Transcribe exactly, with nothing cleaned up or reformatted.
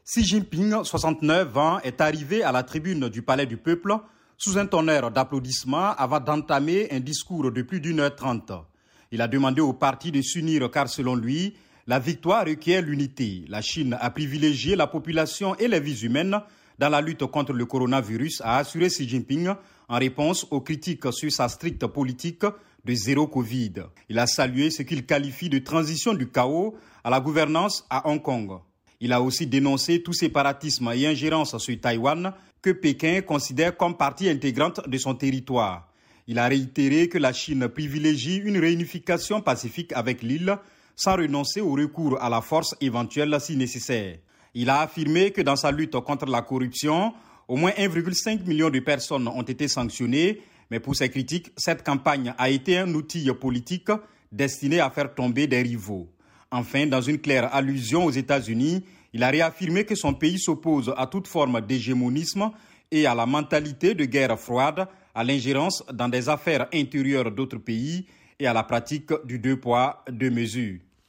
Xi Jinping, soixante-neuf ans, est arrivé à la tribune du Palais du Peuple sous un tonnerre d'applaudissements avant d'entamer un discours de plus d'une heure trente. Il a demandé au parti de s'unir car selon lui, la victoire requiert l'unité. La Chine a privilégié la population et les vies humaines dans la lutte contre le coronavirus, a assuré Xi Jinping en réponse aux critiques sur sa stricte politique de zéro Covid. Il a salué ce qu'il qualifie de transition du chaos à la gouvernance à Hong Kong. Il a aussi dénoncé tout séparatisme et ingérence sur Taïwan que Pékin considère comme partie intégrante de son territoire. Il a réitéré que la Chine privilégie une réunification pacifique avec l'île sans renoncer au recours à la force éventuelle si nécessaire. Il a affirmé que dans sa lutte contre la corruption, au moins un virgule cinq million de personnes ont été sanctionnées, mais pour ses critiques, cette campagne a été un outil politique destiné à faire tomber des rivaux. Enfin, dans une claire allusion aux États-Unis, il a réaffirmé que son pays s'oppose à toute forme d'hégémonisme et à la mentalité de guerre froide, à l'ingérence dans des affaires intérieures d'autres pays et à la pratique du deux poids, deux mesures.